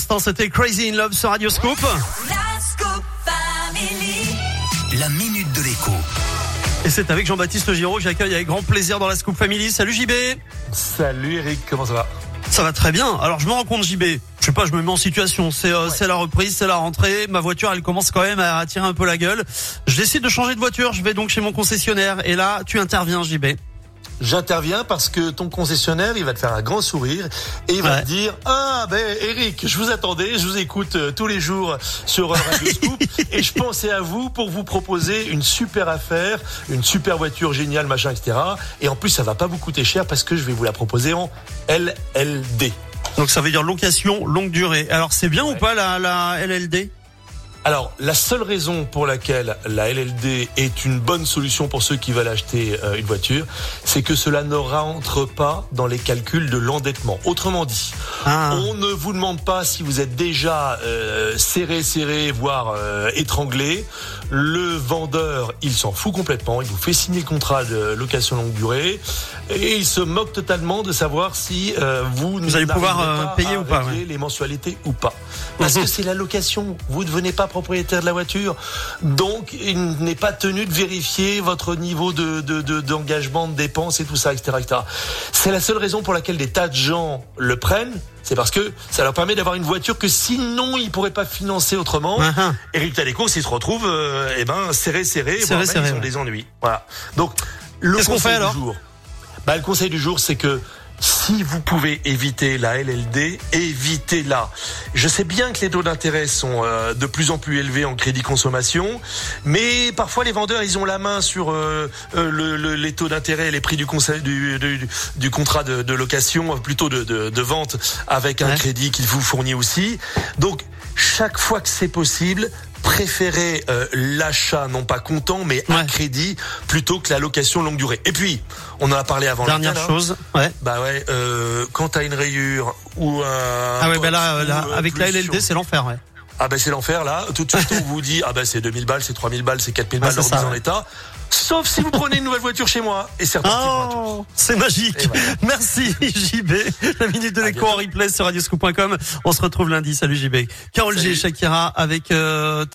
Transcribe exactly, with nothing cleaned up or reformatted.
l'instant, c'était Crazy in Love sur Radio Scoop. La Scoop Family. La minute de l'écho. Et c'est avec Jean-Baptiste Giraud que j'accueille avec grand plaisir dans la Scoop Family. Salut J B. Salut Eric, comment ça va? Ça va très bien. Alors je me rends compte J B, je sais pas, je me mets en situation. C'est euh, ouais. c'est la reprise, c'est la rentrée. Ma voiture, elle commence quand même à tirer un peu la gueule. Je décide de changer de voiture. Je vais donc chez mon concessionnaire. Et là, tu interviens J B. J'interviens parce que ton concessionnaire, il va te faire un grand sourire et il va ouais. te dire « Ah ben Eric, je vous attendais, je vous écoute euh, tous les jours sur Radio Scoop et je pensais à vous pour vous proposer une super affaire, une super voiture géniale, machin, et cetera. Et en plus, ça va pas vous coûter cher parce que je vais vous la proposer en L L D. » Donc ça veut dire location longue durée. Alors c'est bien ouais. ou pas la, la L L D ? Alors, la seule raison pour laquelle la L L D est une bonne solution pour ceux qui veulent acheter euh, une voiture, c'est que cela ne rentre pas dans les calculs de l'endettement. Autrement dit, ah. on ne vous demande pas si vous êtes déjà euh, serré, serré, voire euh, étranglé. Le vendeur, il s'en fout complètement. Il vous fait signer le contrat de location longue durée et il se moque totalement de savoir si euh, vous, vous allez pouvoir euh, pas payer à ou pas, régler ouais. les mensualités ou pas. Parce que c'est la location. Vous ne devenez pas propriétaire de la voiture, donc il n'est pas tenu de vérifier votre niveau de, de, de d'engagement, de dépenses et tout ça, et cetera, et cetera. C'est la seule raison pour laquelle des tas de gens le prennent. C'est parce que ça leur permet d'avoir une voiture que sinon ils pourraient pas financer autrement. Uh-huh. Et résultat des courses, ils se retrouvent, euh, eh ben serré, serré, serré, voire serré, même, ils ont ouais. des ennuis. Voilà. Donc le Qu'est-ce qu'on fait alors ? du jour. Bah le conseil du jour, c'est que si vous pouvez éviter la L L D, évitez-la. Je sais bien que les taux d'intérêt sont euh, de plus en plus élevés en crédit consommation, mais parfois les vendeurs ils ont la main sur euh, euh, le, le, les taux d'intérêt, les prix du, conseil, du, du, du contrat de, de location, plutôt de, de, de vente avec un ouais. crédit qu'il vous fournit aussi. Donc chaque fois que c'est possible, préférez euh, l'achat non pas comptant mais ouais. à crédit plutôt que la location longue durée. Et puis on en a parlé avant. Dernière la chose, ouais. Bah ouais. Euh, quand t'as une rayure ou un ah ouais bah là, là avec la L L D c'est l'enfer ouais. Ah ben c'est l'enfer là. Tout de suite on vous dit ah ben c'est deux mille balles, c'est trois mille balles, c'est quatre mille balles, ah, leur mise en état. Sauf si vous prenez une nouvelle voiture chez moi et certains oh, c'est magique. Voilà. Merci J B. La minute de l'écho en replay sur radioscoop point com. On se retrouve lundi. Salut J B. Carole G et Shakira avec euh,